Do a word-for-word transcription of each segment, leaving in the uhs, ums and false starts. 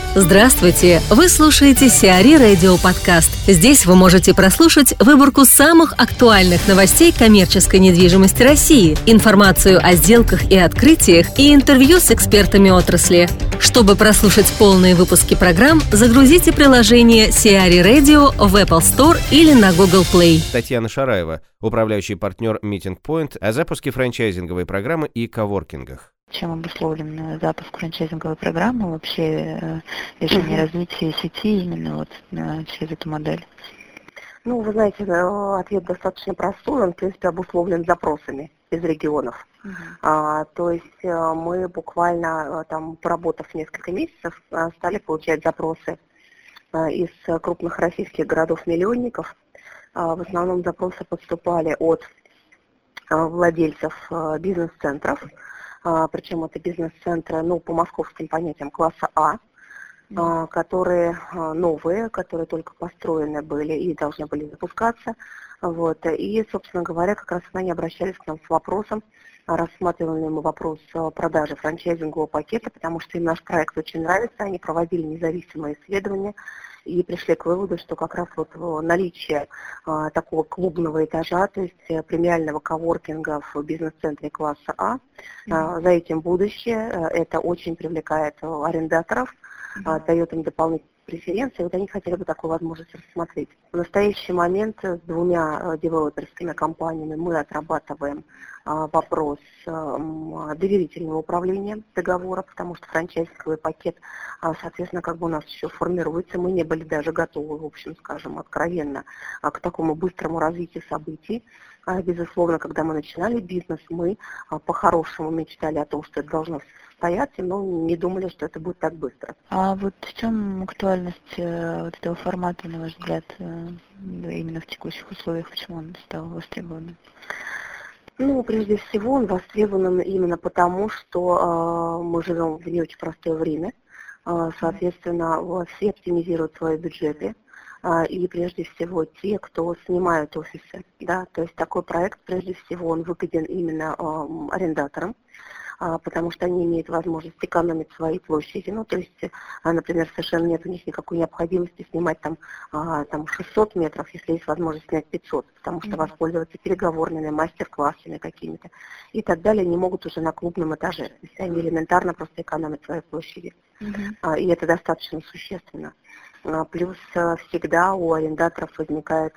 Здравствуйте! Вы слушаете Сиари Радио Подкаст. Здесь вы можете прослушать выборку самых актуальных новостей коммерческой недвижимости России, информацию о сделках и открытиях и интервью с экспертами отрасли. Чтобы прослушать полные выпуски программ, загрузите приложение Сиари Radio в Apple Store или на Google Play. Татьяна Шараева, управляющий партнер Meeting Point, о запуске франчайзинговой программы и коворкингах. Чем обусловлен запуск франчайзинговой программы, вообще решение mm-hmm. развития сети именно вот через эту модель? Ну, вы знаете, ответ достаточно простой, он, в принципе, обусловлен запросами из регионов. Uh-huh. А, то есть мы буквально, там, поработав несколько месяцев, стали получать запросы из крупных российских городов-миллионников. В основном запросы поступали от владельцев бизнес-центров, причем это бизнес-центры, ну, по московским понятиям класса А, Uh-huh. которые новые, которые только построены были и должны были запускаться. Вот. И, собственно говоря, как раз они обращались к нам с вопросом, рассматривали мы вопрос продажи франчайзингового пакета, потому что им наш проект очень нравится, они проводили независимые исследования и пришли к выводу, что как раз вот наличие а, такого клубного этажа, то есть премиального коворкинга в бизнес-центре класса А, mm-hmm. а, за этим будущее, это очень привлекает арендаторов, Mm-hmm. дает им дополнительные преференции, вот они хотели бы такую возможность рассмотреть. В настоящий момент с двумя девелоперскими компаниями мы отрабатываем а, вопрос а, доверительного управления договора, потому что франчайзинговый пакет, а, соответственно, как бы у нас еще формируется, мы не были даже готовы, в общем, скажем, откровенно, а, к такому быстрому развитию событий. А, безусловно, когда мы начинали бизнес, мы а, по-хорошему мечтали о том, что это должно состояться, но не думали, что это будет так быстро. А вот в чем актуальность э, вот этого формата, на ваш взгляд, э, именно в текущих условиях, почему он стал востребованным? Ну, прежде всего, он востребован именно потому, что э, мы живем в не очень простое время, э, соответственно, все оптимизируют свои бюджеты, э, и прежде всего те, кто снимают офисы, да, то есть такой проект, прежде всего, он выгоден именно э, арендаторам, потому что они имеют возможность экономить свои площади. Ну, то есть, например, совершенно нет у них никакой необходимости снимать там, там шестьсот метров, если есть возможность снять пятьсот, потому что mm-hmm. воспользоваться переговорными, мастер-классами какими-то и так далее не могут уже на клубном этаже. То есть они элементарно просто экономят свои площади. Mm-hmm. И это достаточно существенно. Плюс всегда у арендаторов возникает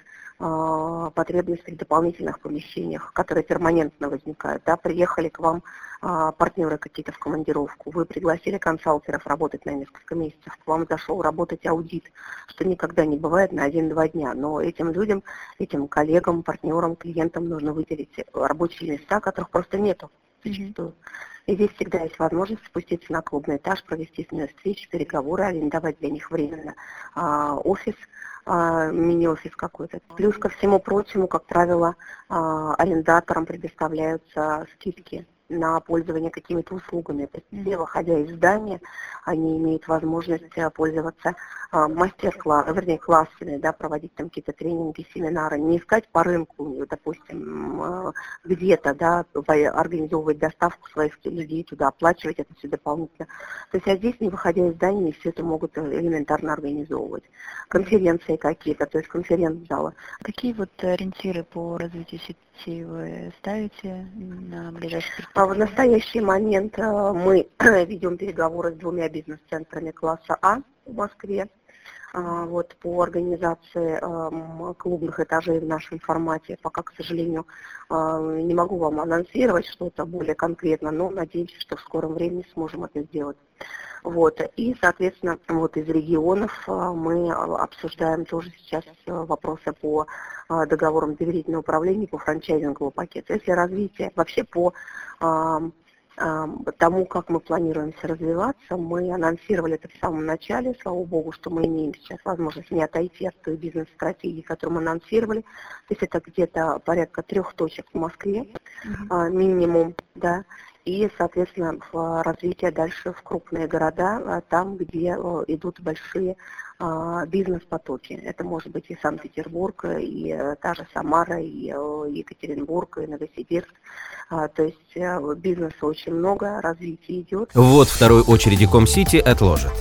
потребности в дополнительных помещениях, которые перманентно возникают. Да, приехали к вам а, партнеры какие-то в командировку, вы пригласили консалтеров работать на несколько месяцев, к вам зашел работать аудит, что никогда не бывает на один-два дня. Но этим людям, этим коллегам, партнерам, клиентам нужно выделить рабочие места, которых просто нету зачастую. И здесь всегда есть возможность спуститься на клубный этаж, провести с ними встречи, переговоры, арендовать для них временно а, офис, а, мини-офис какой-то. Плюс ко всему прочему, как правило, а, арендаторам предоставляются скидки на пользование какими-то услугами. То есть, все, выходя из здания, они имеют возможность пользоваться а, мастер-классами, вернее, классами, да, проводить там какие-то тренинги, семинары, не искать по рынку, допустим, где-то, да, организовывать доставку своих людей туда, оплачивать это все дополнительно. То есть, а здесь, не выходя из здания, они все это могут элементарно организовывать. Конференции какие-то, то есть конференц-залы. Какие вот ориентиры по развитию сети вы ставите на ближайшие перспективы? В настоящий момент мы ведем переговоры с двумя бизнес-центрами класса А в Москве. Вот, по организации э, клубных этажей в нашем формате. Пока, к сожалению, э, не могу вам анонсировать что-то более конкретно, но надеемся, что в скором времени сможем это сделать. Вот. И, соответственно, вот из регионов э, мы обсуждаем тоже сейчас вопросы по э, договорам доверительного управления, по франчайзинговому пакету. Если развитие вообще по э, тому, как мы планируемся развиваться, мы анонсировали это в самом начале, слава богу, что мы имеем сейчас возможность не отойти от той бизнес-стратегии, которую мы анонсировали. То есть это где-то порядка трех точек в Москве, mm-hmm. минимум, да, и, соответственно, в развитие дальше в крупные города, там, где идут большие бизнес-потоки. Это может быть и Санкт-Петербург, и та же Самара, и Екатеринбург, и Новосибирск. То есть бизнеса очень много, развитие идет. Вот второй очереди Комсити отложат.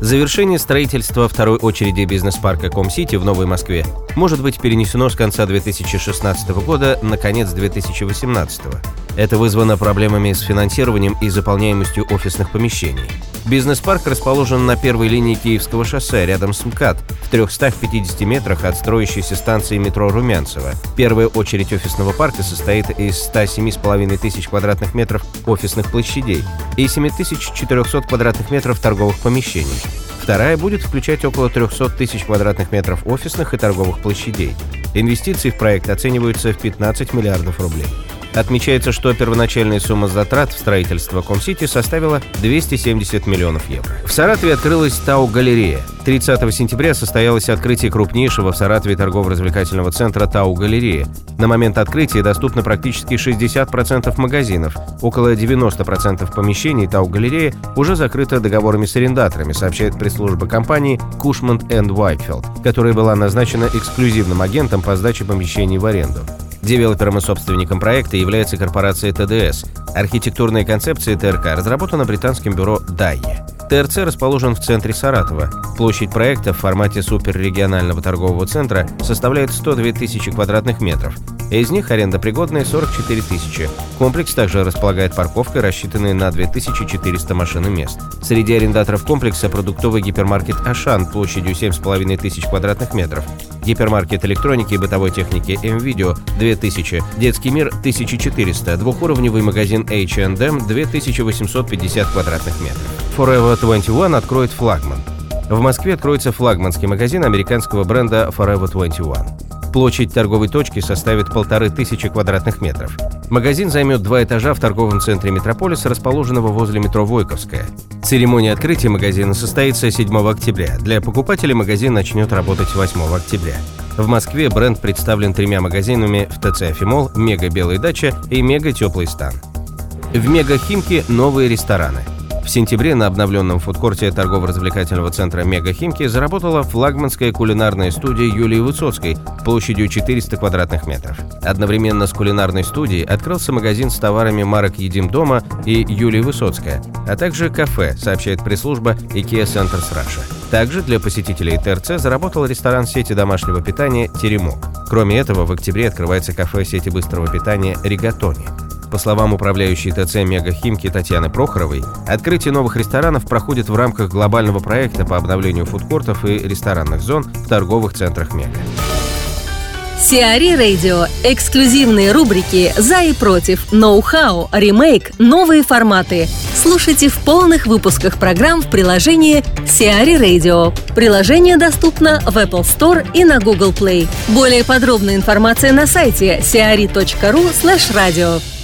Завершение строительства второй очереди бизнес-парка Комсити в Новой Москве может быть перенесено с конца две тысячи шестнадцатого года на конец две тысячи восемнадцатого. Это вызвано проблемами с финансированием и заполняемостью офисных помещений. Бизнес-парк расположен на первой линии Киевского шоссе, рядом с МКАД, в трёхстах пятидесяти метрах от строящейся станции метро Румянцево. Первая очередь офисного парка состоит из ста семи с половиной тысяч квадратных метров офисных площадей и семи тысяч четырёхсот квадратных метров торговых помещений. Вторая будет включать около трёхсот тысяч квадратных метров офисных и торговых площадей. Инвестиции в проект оцениваются в пятнадцать миллиардов рублей. Отмечается, что первоначальная сумма затрат в строительство Комсити составила двести семьдесят миллионов евро. В Саратове открылась Тау-галерея. тридцатого сентября состоялось открытие крупнейшего в Саратове торгово-развлекательного центра Тау-галерея. На момент открытия доступно практически шестьдесят процентов магазинов. Около девяноста процентов помещений Тау-галерея уже закрыто договорами с арендаторами, сообщает пресс-служба компании Cushman энд Wakefield, которая была назначена эксклюзивным агентом по сдаче помещений в аренду. Девелопером и собственником проекта является корпорация тэ дэ эс. Архитектурная концепция тэ эр ка разработана британским бюро Дайе. тэ эр цэ расположен в центре Саратова. Площадь проекта в формате суперрегионального торгового центра составляет сто две тысячи квадратных метров. Из них аренда пригодная сорок четыре тысячи. Комплекс также располагает парковкой, рассчитанной на две тысячи четыреста машин и мест. Среди арендаторов комплекса продуктовый гипермаркет «Ашан» площадью семь с половиной тысяч квадратных метров, гипермаркет электроники и бытовой техники «М-Видео» две тысячи, детский мир тысяча четыреста, двухуровневый магазин эйч энд эм две тысячи восемьсот пятьдесят квадратных метров. Forever двадцать один откроет флагман. В Москве откроется флагманский магазин американского бренда Forever двадцать один. Площадь торговой точки составит полторы тысячи квадратных метров. Магазин займет два этажа в торговом центре «Метрополис», расположенного возле метро Войковская. Церемония открытия магазина состоится седьмого октября. Для покупателей магазин начнет работать восьмого октября. В Москве бренд представлен тремя магазинами в тэ цэ «Афимол», «Мега Белая дача» и «Мега Теплый стан». В «Мега Химки» новые рестораны. В сентябре на обновленном фудкорте торгово-развлекательного центра «Мега Химки» заработала флагманская кулинарная студия Юлии Высоцкой площадью четыреста квадратных метров. Одновременно с кулинарной студией открылся магазин с товарами марок «Едим дома» и «Юлия Высоцкая», а также кафе, сообщает пресс-служба IKEA Centers Russia. Также для посетителей тэ эр цэ заработал ресторан сети домашнего питания «Теремок». Кроме этого, в октябре открывается кафе сети быстрого питания «Ригатони». По словам управляющей тэ цэ «Мега Химки» Татьяны Прохоровой, открытие новых ресторанов проходит в рамках глобального проекта по обновлению фудкортов и ресторанных зон в торговых центрах «Мега». Сиари Radio. Эксклюзивные рубрики «За и против», «Ноу-хау», «Ремейк», «Новые форматы». Слушайте в полных выпусках программ в приложении Сиари Radio. Приложение доступно в Apple Store и на Google Play. Более подробная информация на сайте сиари точка ру слэш радио.